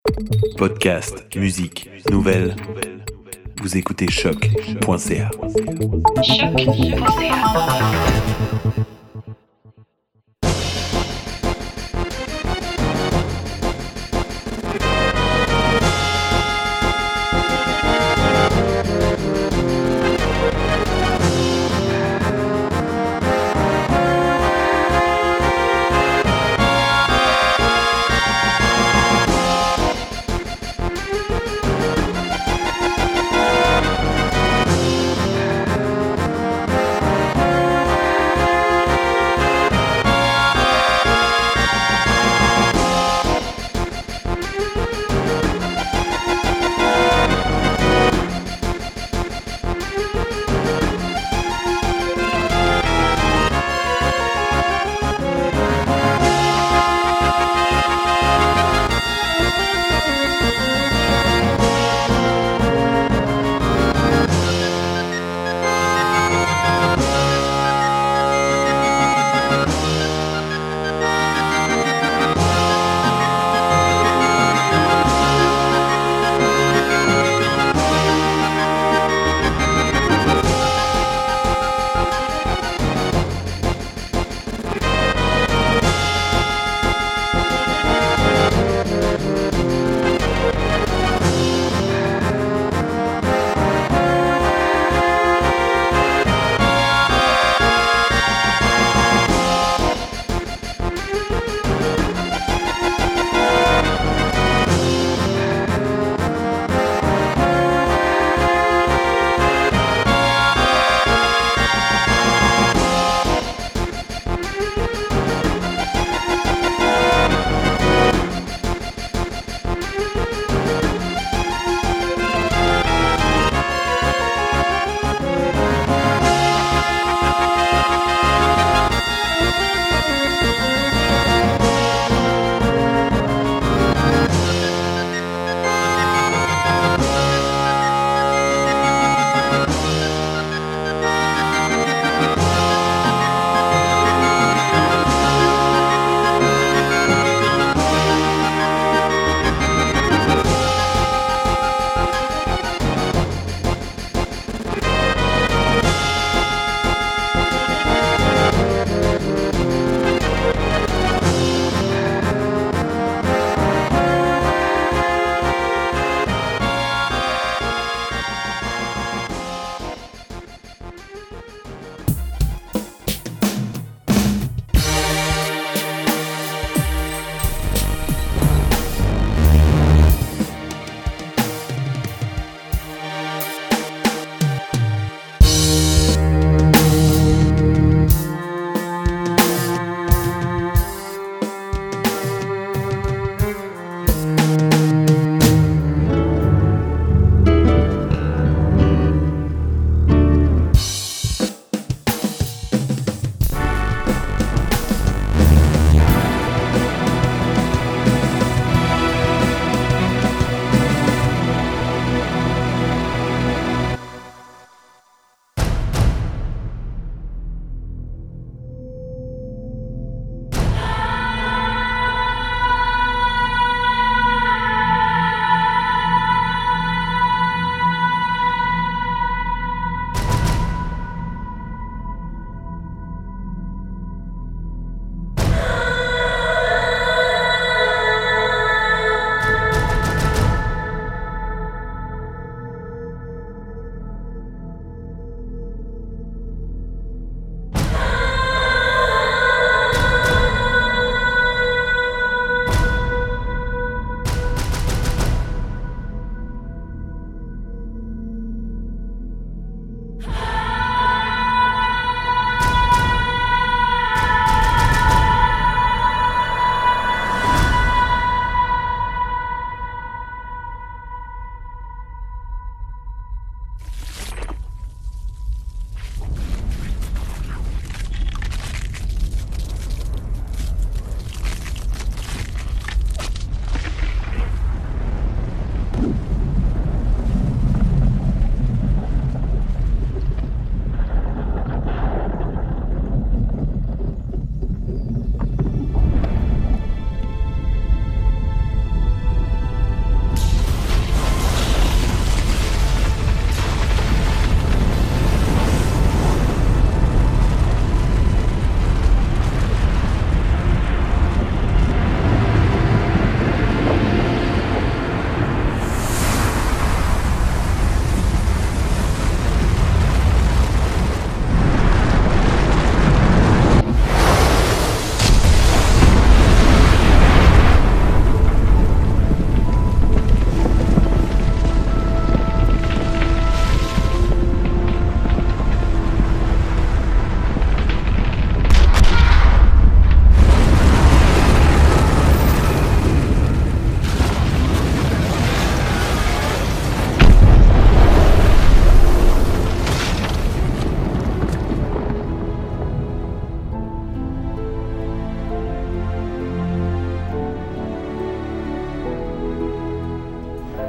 Podcast, musique, nouvelles. Vous écoutez choc.ca.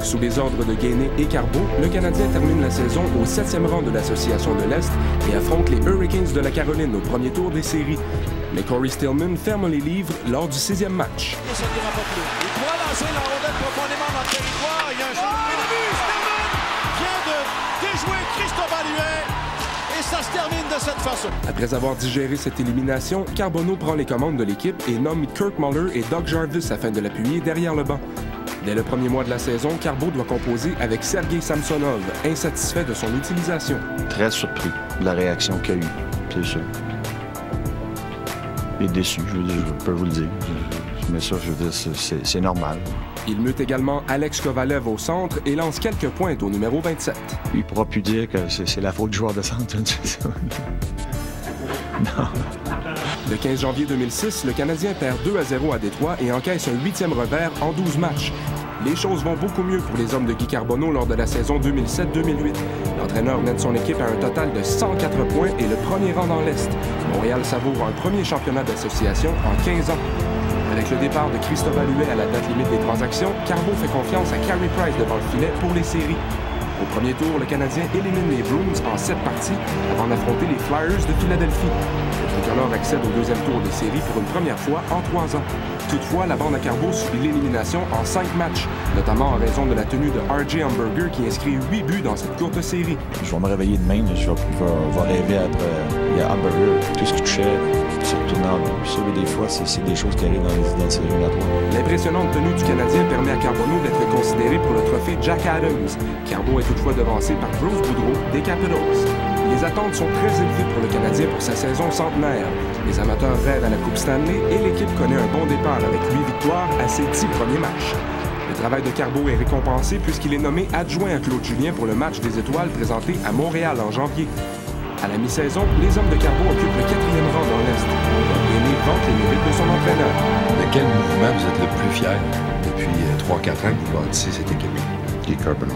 Sous les ordres de Gainey et Carbeau, le Canadien termine la saison au 7e rang de l'Association de l'Est et affronte les Hurricanes de la Caroline au premier tour des séries. Mais Corey Stillman ferme les livres lors du 6e match. Ça n'ira pas plus. Il pourra lancer la rondelle profondément dans le territoire. Il y a un jeu de but. Stillman vient de déjouer Cristobal Huet. Et ça se termine de cette façon. Après avoir digéré cette élimination, Carbonneau prend les commandes de l'équipe et nomme Kirk Muller et Doug Jarvis afin de l'appuyer derrière le banc. Dès le premier mois de la saison, Carbeau doit composer avec Sergei Samsonov, insatisfait de son utilisation. Très surpris de la réaction qu'il y a eu, c'est sûr. Et déçu, je peux vous le dire. Mais ça, je veux dire, c'est normal. Il mute également Alex Kovalev au centre et lance quelques pointes au numéro 27. Il ne pourra plus dire que c'est la faute du joueur de centre. Non. Le 15 janvier 2006, le Canadien perd 2-0 à Détroit et encaisse un 8e revers en 12 matchs. Les choses vont beaucoup mieux pour les hommes de Guy Carbonneau lors de la saison 2007-2008. L'entraîneur mène son équipe à un total de 104 points et le premier rang dans l'Est. Montréal savoure un premier championnat d'association en 15 ans. Avec le départ de Cristobal Huet à la date limite des transactions, Carbeau fait confiance à Carey Price devant le filet pour les séries. Au premier tour, le Canadien élimine les Bruins en 7 parties avant d'affronter les Flyers de Philadelphie. Le tricolore accède au deuxième tour des séries pour une première fois en 3 ans. Toutefois, la bande à Carbeau subit l'élimination en 5 matchs, notamment en raison de la tenue de R.J. Hamburger qui inscrit 8 buts dans cette courte série. Je vais me réveiller demain, je vais rêver après. Il y a Hamburger, tout ce qui touchait, se retourner en but. Ça, des fois, c'est des choses qui arrivent dans les séries éliminatoires. L'impressionnante tenue du Canadien permet à Carbonneau d'être considéré pour le trophée Jack Adams. Carbeau est toutefois devancé par Bruce Boudreau des Capitals. Les attentes sont très élevées pour le Canadien pour sa saison centenaire. Les amateurs rêvent à la Coupe Stanley et l'équipe connaît un bon départ avec 8 victoires à ses 10 premiers matchs. Le travail de Carbeau est récompensé puisqu'il est nommé adjoint à Claude Julien pour le match des étoiles présenté à Montréal en janvier. À la mi-saison, les hommes de Carbeau occupent le 4e rang dans l'Est. Gainey vante les mérites de son entraîneur. De quel mouvement vous êtes le plus fier depuis 3-4 ans que vous bâtissez cette équipe? Guy Carbonneau.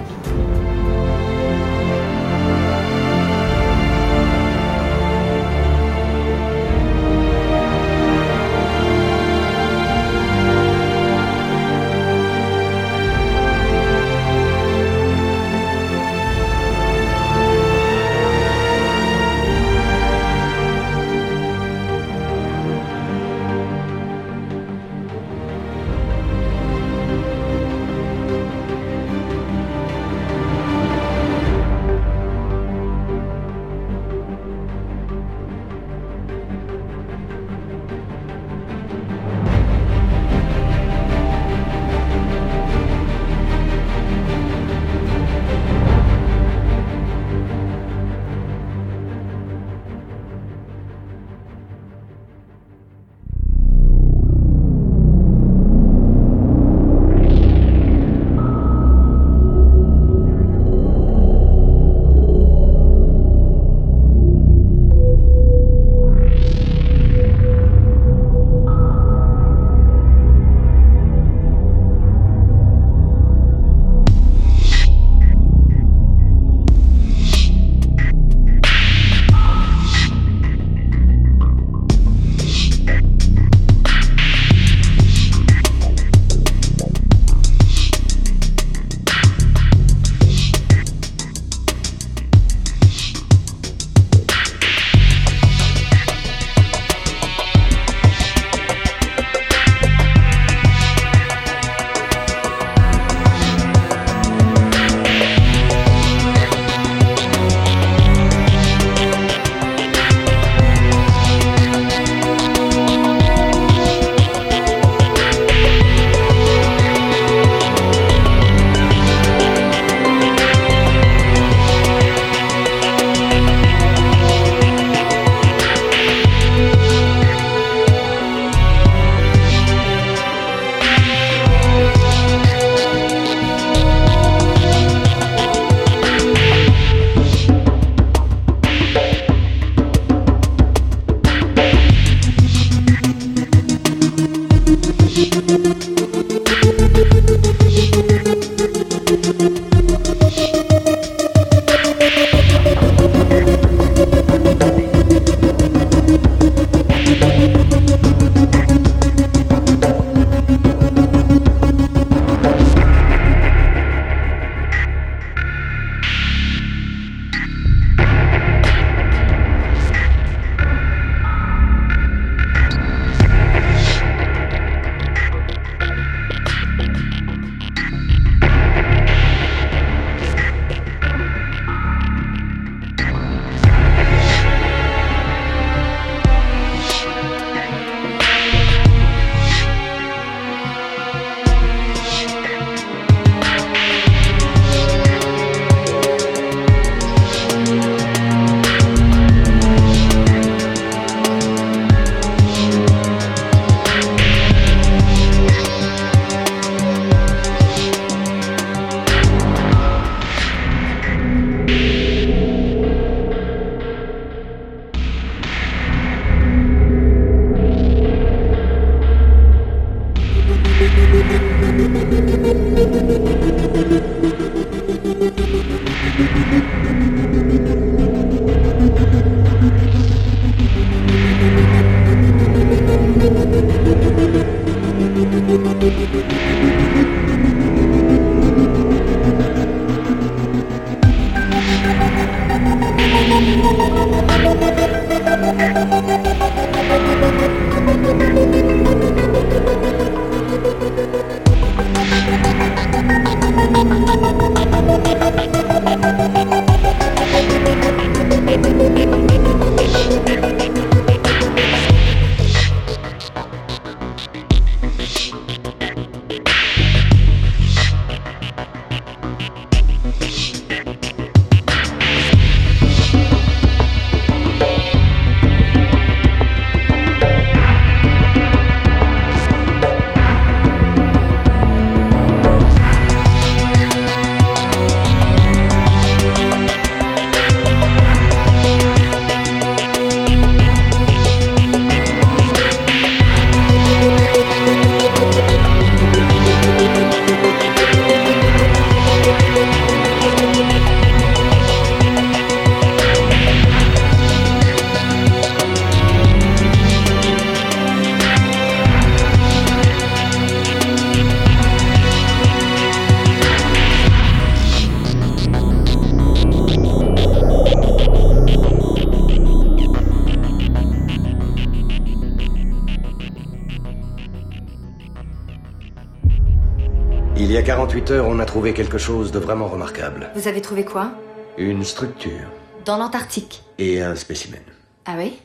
Il y a 48 heures, on a trouvé quelque chose de vraiment remarquable. Vous avez trouvé quoi? Une structure. Dans l'Antarctique. Et un spécimen. Ah oui?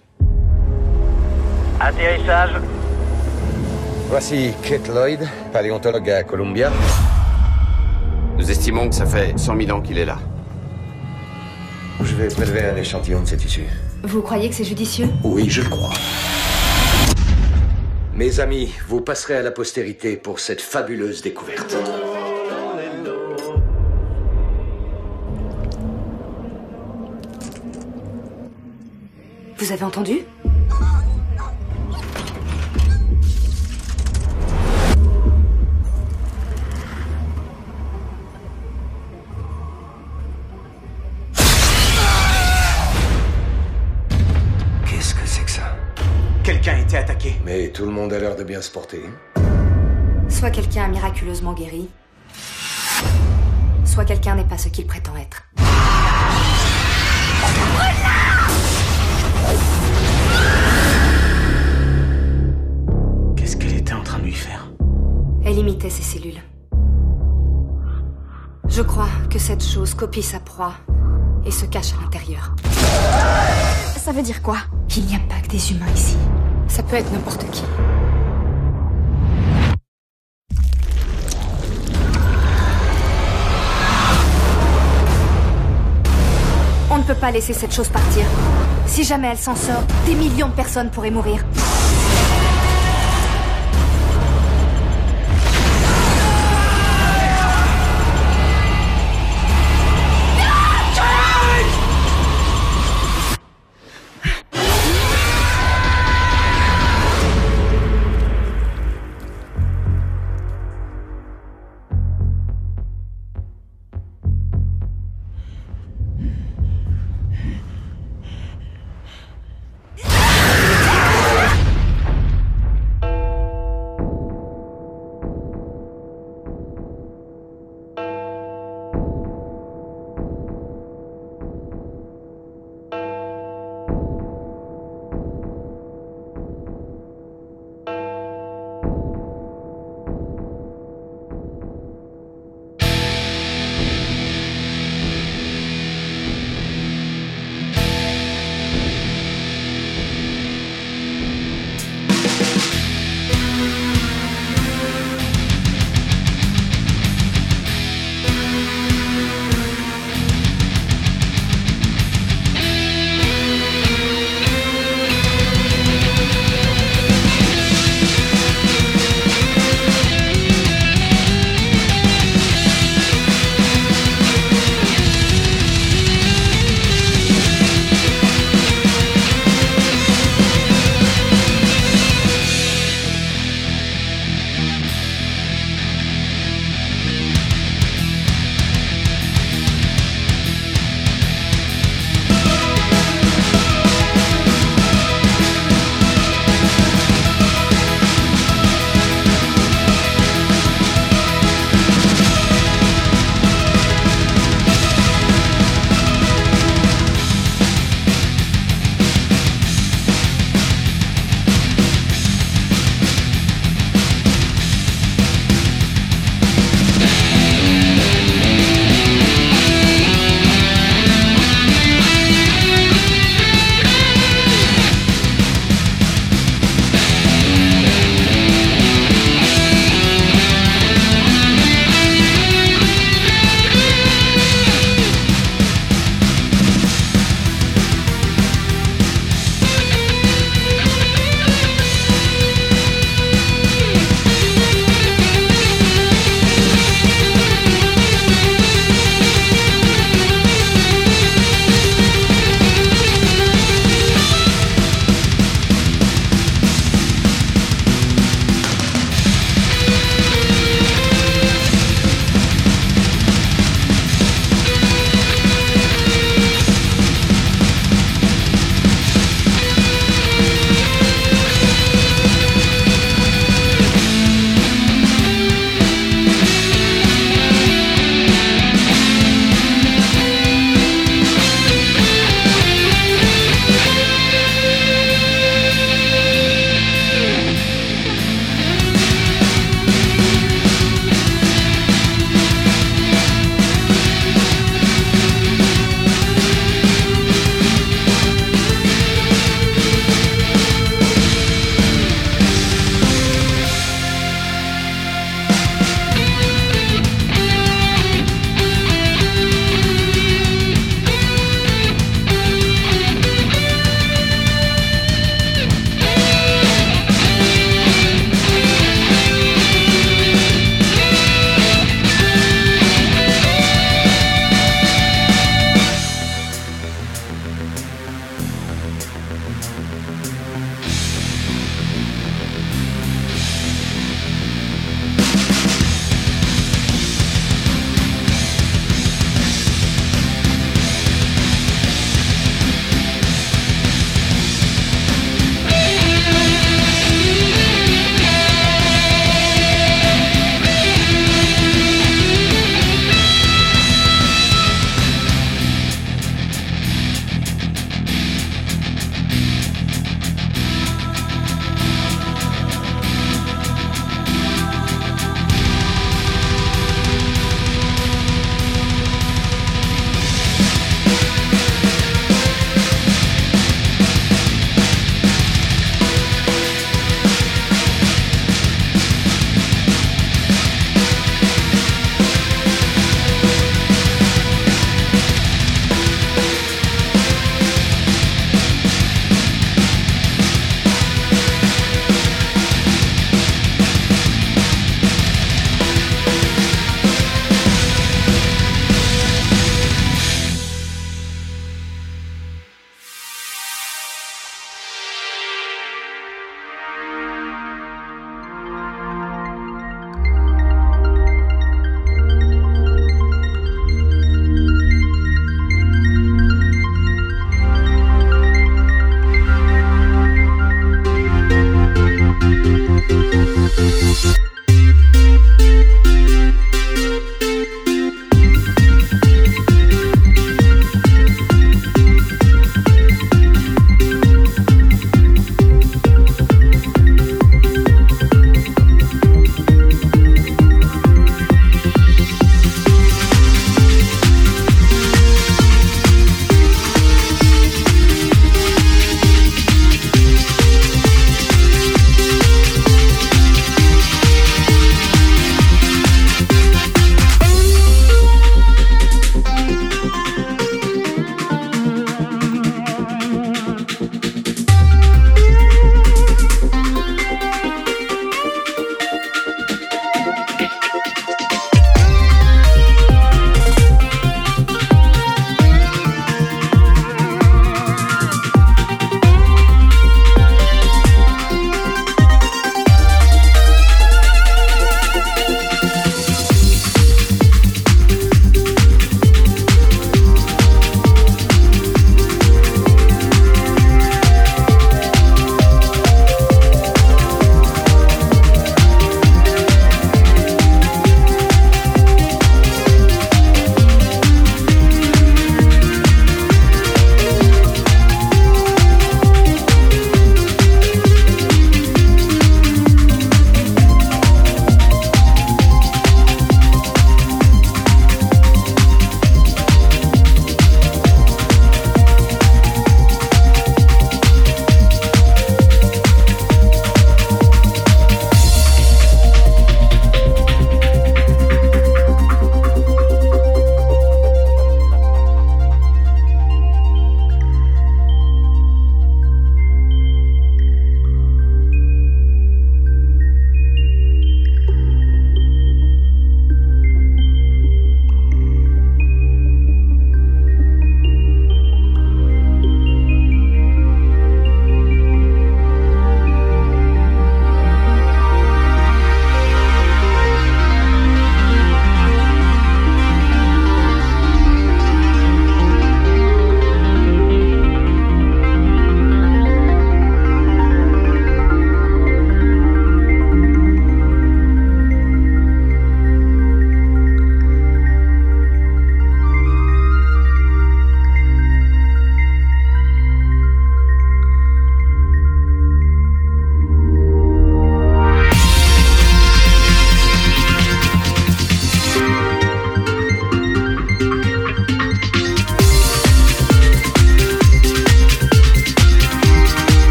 Atterrissage. Voici Kate Lloyd, paléontologue à Columbia. Nous estimons que ça fait 100 000 ans qu'il est là. Je vais prélever un échantillon de ses tissus. Vous croyez que c'est judicieux? Oui, je le crois. Mes amis, vous passerez à la postérité pour cette fabuleuse découverte. Vous avez entendu? Qu'est-ce que c'est que ça? Quelqu'un a été attaqué. Mais tout le monde a l'air de bien se porter. Soit quelqu'un a miraculeusement guéri, soit quelqu'un n'est pas ce qu'il prétend être. Qu'est-ce qu'elle était en train de lui faire? Elle imitait ses cellules. Je crois que cette chose copie sa proie et se cache à l'intérieur. Ça veut dire quoi? Il n'y a pas que des humains ici. Ça peut être n'importe qui. On ne peut pas laisser cette chose partir. Si jamais elle s'en sort, des millions de personnes pourraient mourir.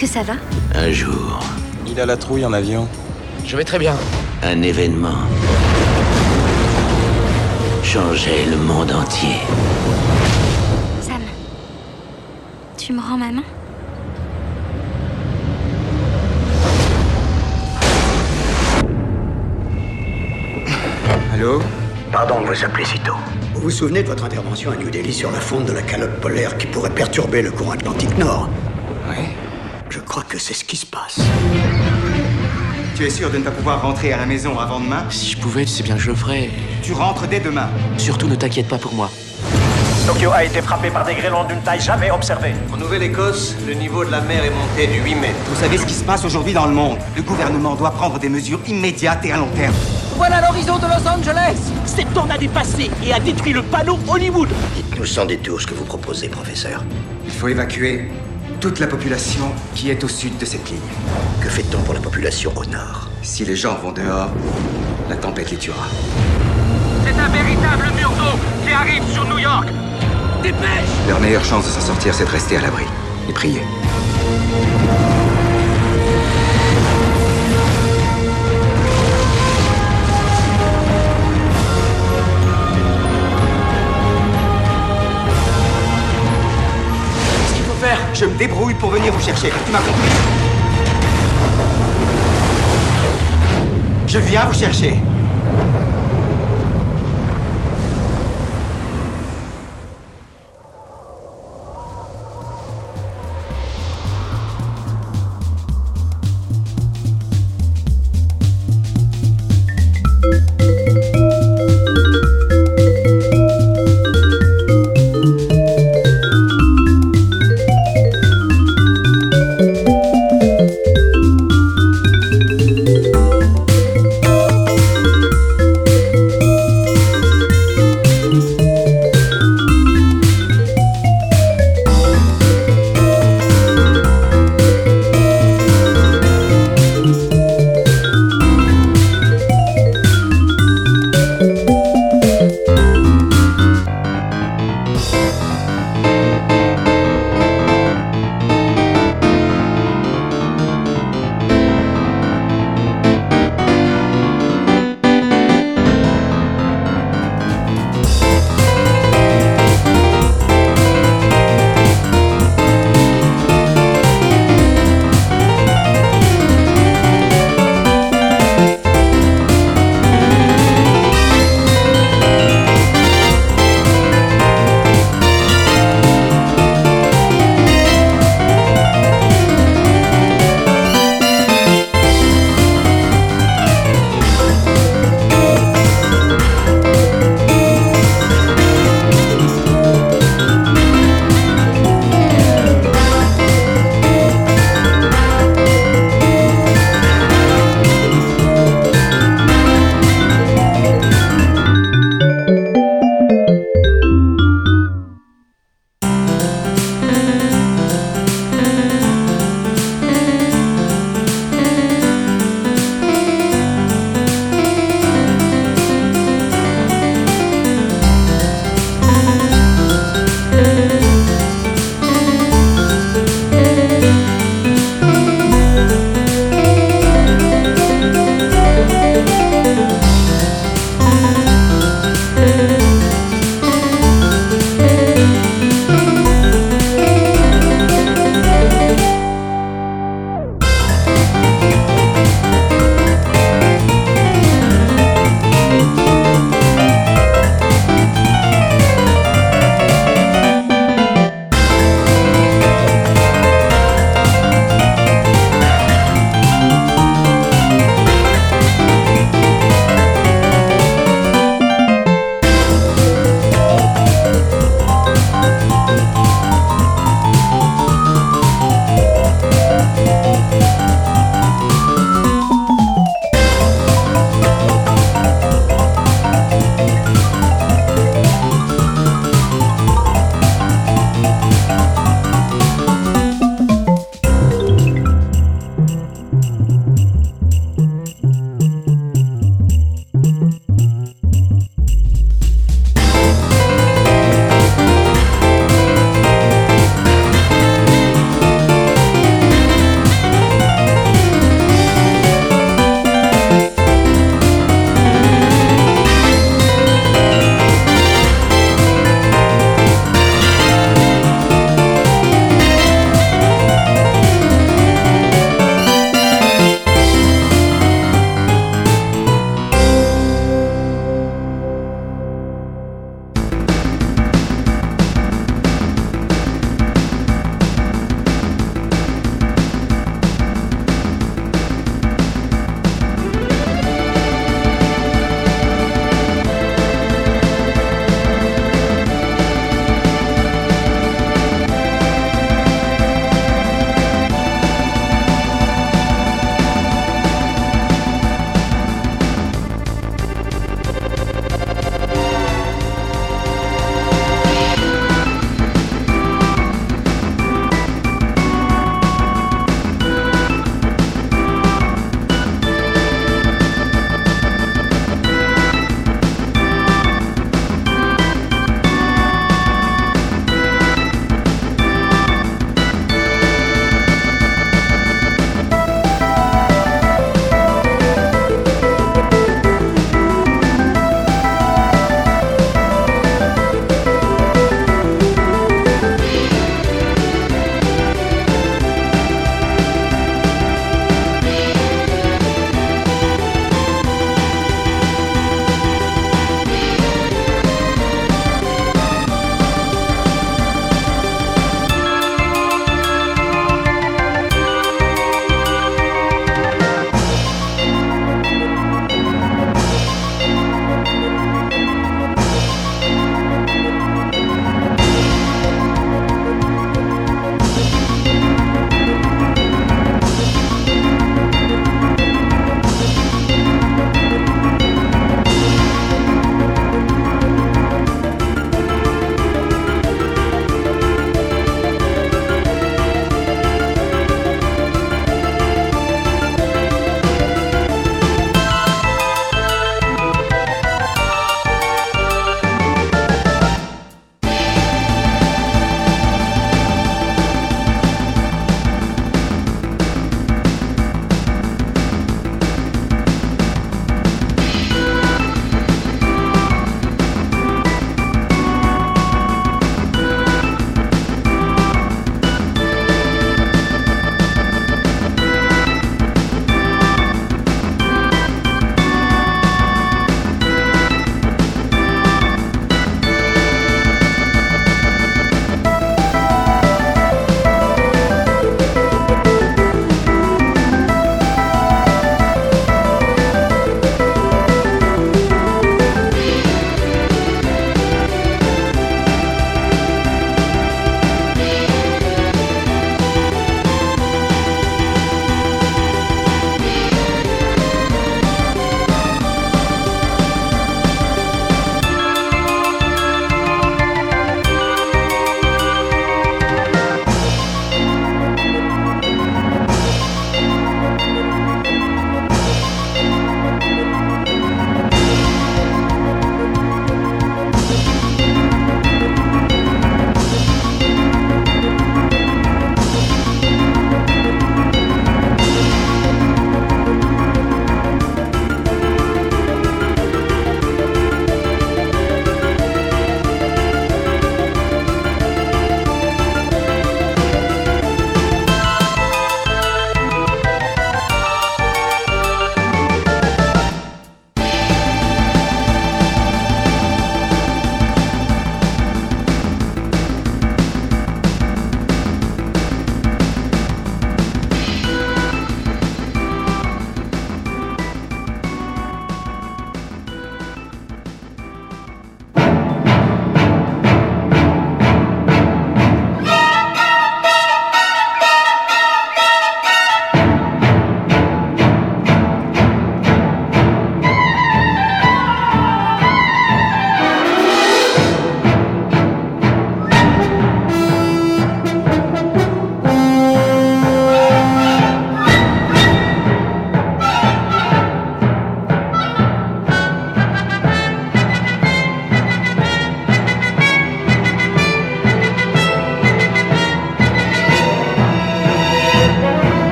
que ça va? Un jour... Il a la trouille en avion. Je vais très bien. Un événement changeait le monde entier. Sam, tu me rends ma main? Allô? Pardon de vous appeler si tôt. Vous vous souvenez de votre intervention à New Delhi sur la fonte de la calotte polaire qui pourrait perturber le courant Atlantique Nord? Oui. Je crois que c'est ce qui se passe. Tu es sûr de ne pas pouvoir rentrer à la maison avant demain? Si je pouvais, tu sais bien que je le ferais. Tu rentres dès demain. Surtout ne t'inquiète pas pour moi. Tokyo a été frappé par des grêlons d'une taille jamais observée. En Nouvelle-Écosse, le niveau de la mer est monté de 8 mètres. Vous savez ce qui se passe aujourd'hui dans le monde? Le gouvernement doit prendre des mesures immédiates et à long terme. Voilà l'horizon de Los Angeles. Cette tornade a dépassé et a détruit le panneau Hollywood. Dites-nous sans détour ce que vous proposez, professeur. Il faut évacuer toute la population qui est au sud de cette ligne. Que fait-on pour la population au nord? Si les gens vont dehors, la tempête les tuera. C'est un véritable mur d'eau qui arrive sur New York. Dépêche! Leur meilleure chance de s'en sortir, c'est de rester à l'abri et prier. Qu'est-ce qu'il faut faire? Je me débrouille pour venir vous chercher. Tu m'as compris? Je viens vous chercher.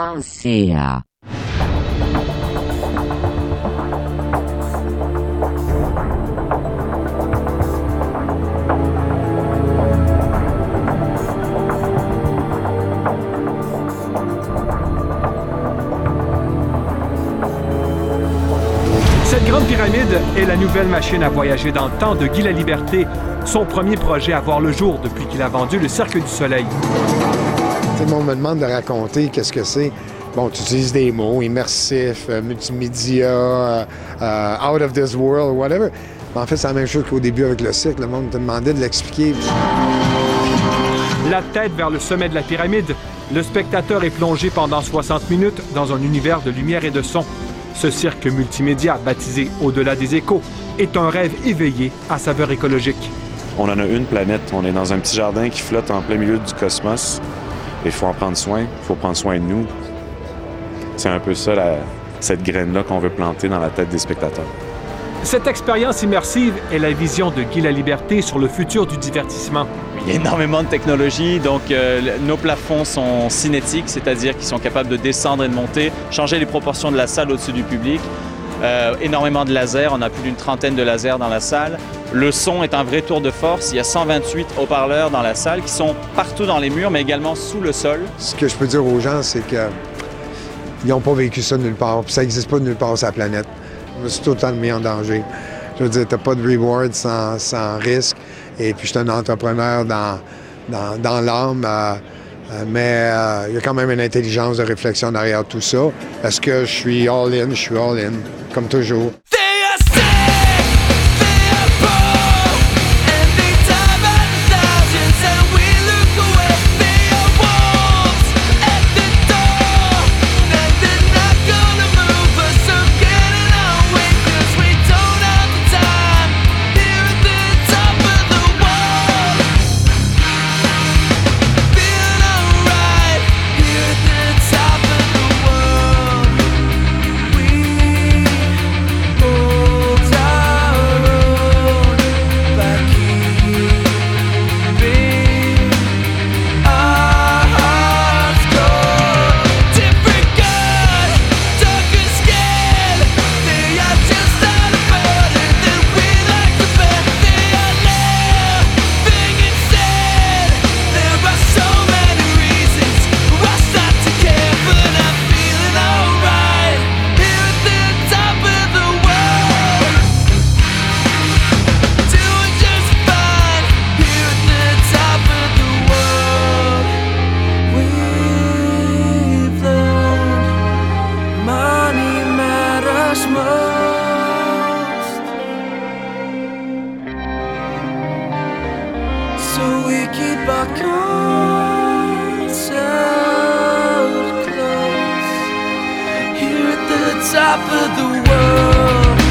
.ca. Cette grande pyramide est la nouvelle machine à voyager dans le temps de Guy Laliberté, son premier projet à voir le jour depuis qu'il a vendu le Cercle du Soleil. Tout le monde me demande de raconter qu'est-ce que c'est. Bon, tu utilises des mots, immersif, multimédia, out of this world, whatever. Mais en fait, c'est la même chose qu'au début avec le cirque. Le monde te demandait de l'expliquer. La tête vers le sommet de la pyramide, le spectateur est plongé pendant 60 minutes dans un univers de lumière et de son. Ce cirque multimédia, baptisé Au-delà des échos, est un rêve éveillé à saveur écologique. On en a une planète, on est dans un petit jardin qui flotte en plein milieu du cosmos. Il faut en prendre soin, il faut prendre soin de nous. C'est un peu ça, cette graine-là qu'on veut planter dans la tête des spectateurs. Cette expérience immersive est la vision de Guy Laliberté sur le futur du divertissement. Il y a énormément de technologies, donc nos plafonds sont cinétiques, c'est-à-dire qu'ils sont capables de descendre et de monter, changer les proportions de la salle au-dessus du public. Énormément de lasers, on a plus d'une trentaine de lasers dans la salle. Le son est un vrai tour de force, il y a 128 haut-parleurs dans la salle qui sont partout dans les murs, mais également sous le sol. Ce que je peux dire aux gens, c'est qu'ils n'ont pas vécu ça nulle part, puis ça n'existe pas nulle part sur la planète. Je me suis totalement mis en danger. Je veux dire, tu n'as pas de reward sans risque. Et puis, je suis un entrepreneur dans l'âme, mais il y a quand même une intelligence de réflexion derrière tout ça. Est-ce que je suis all-in? Je suis all-in, comme toujours. Top of the world.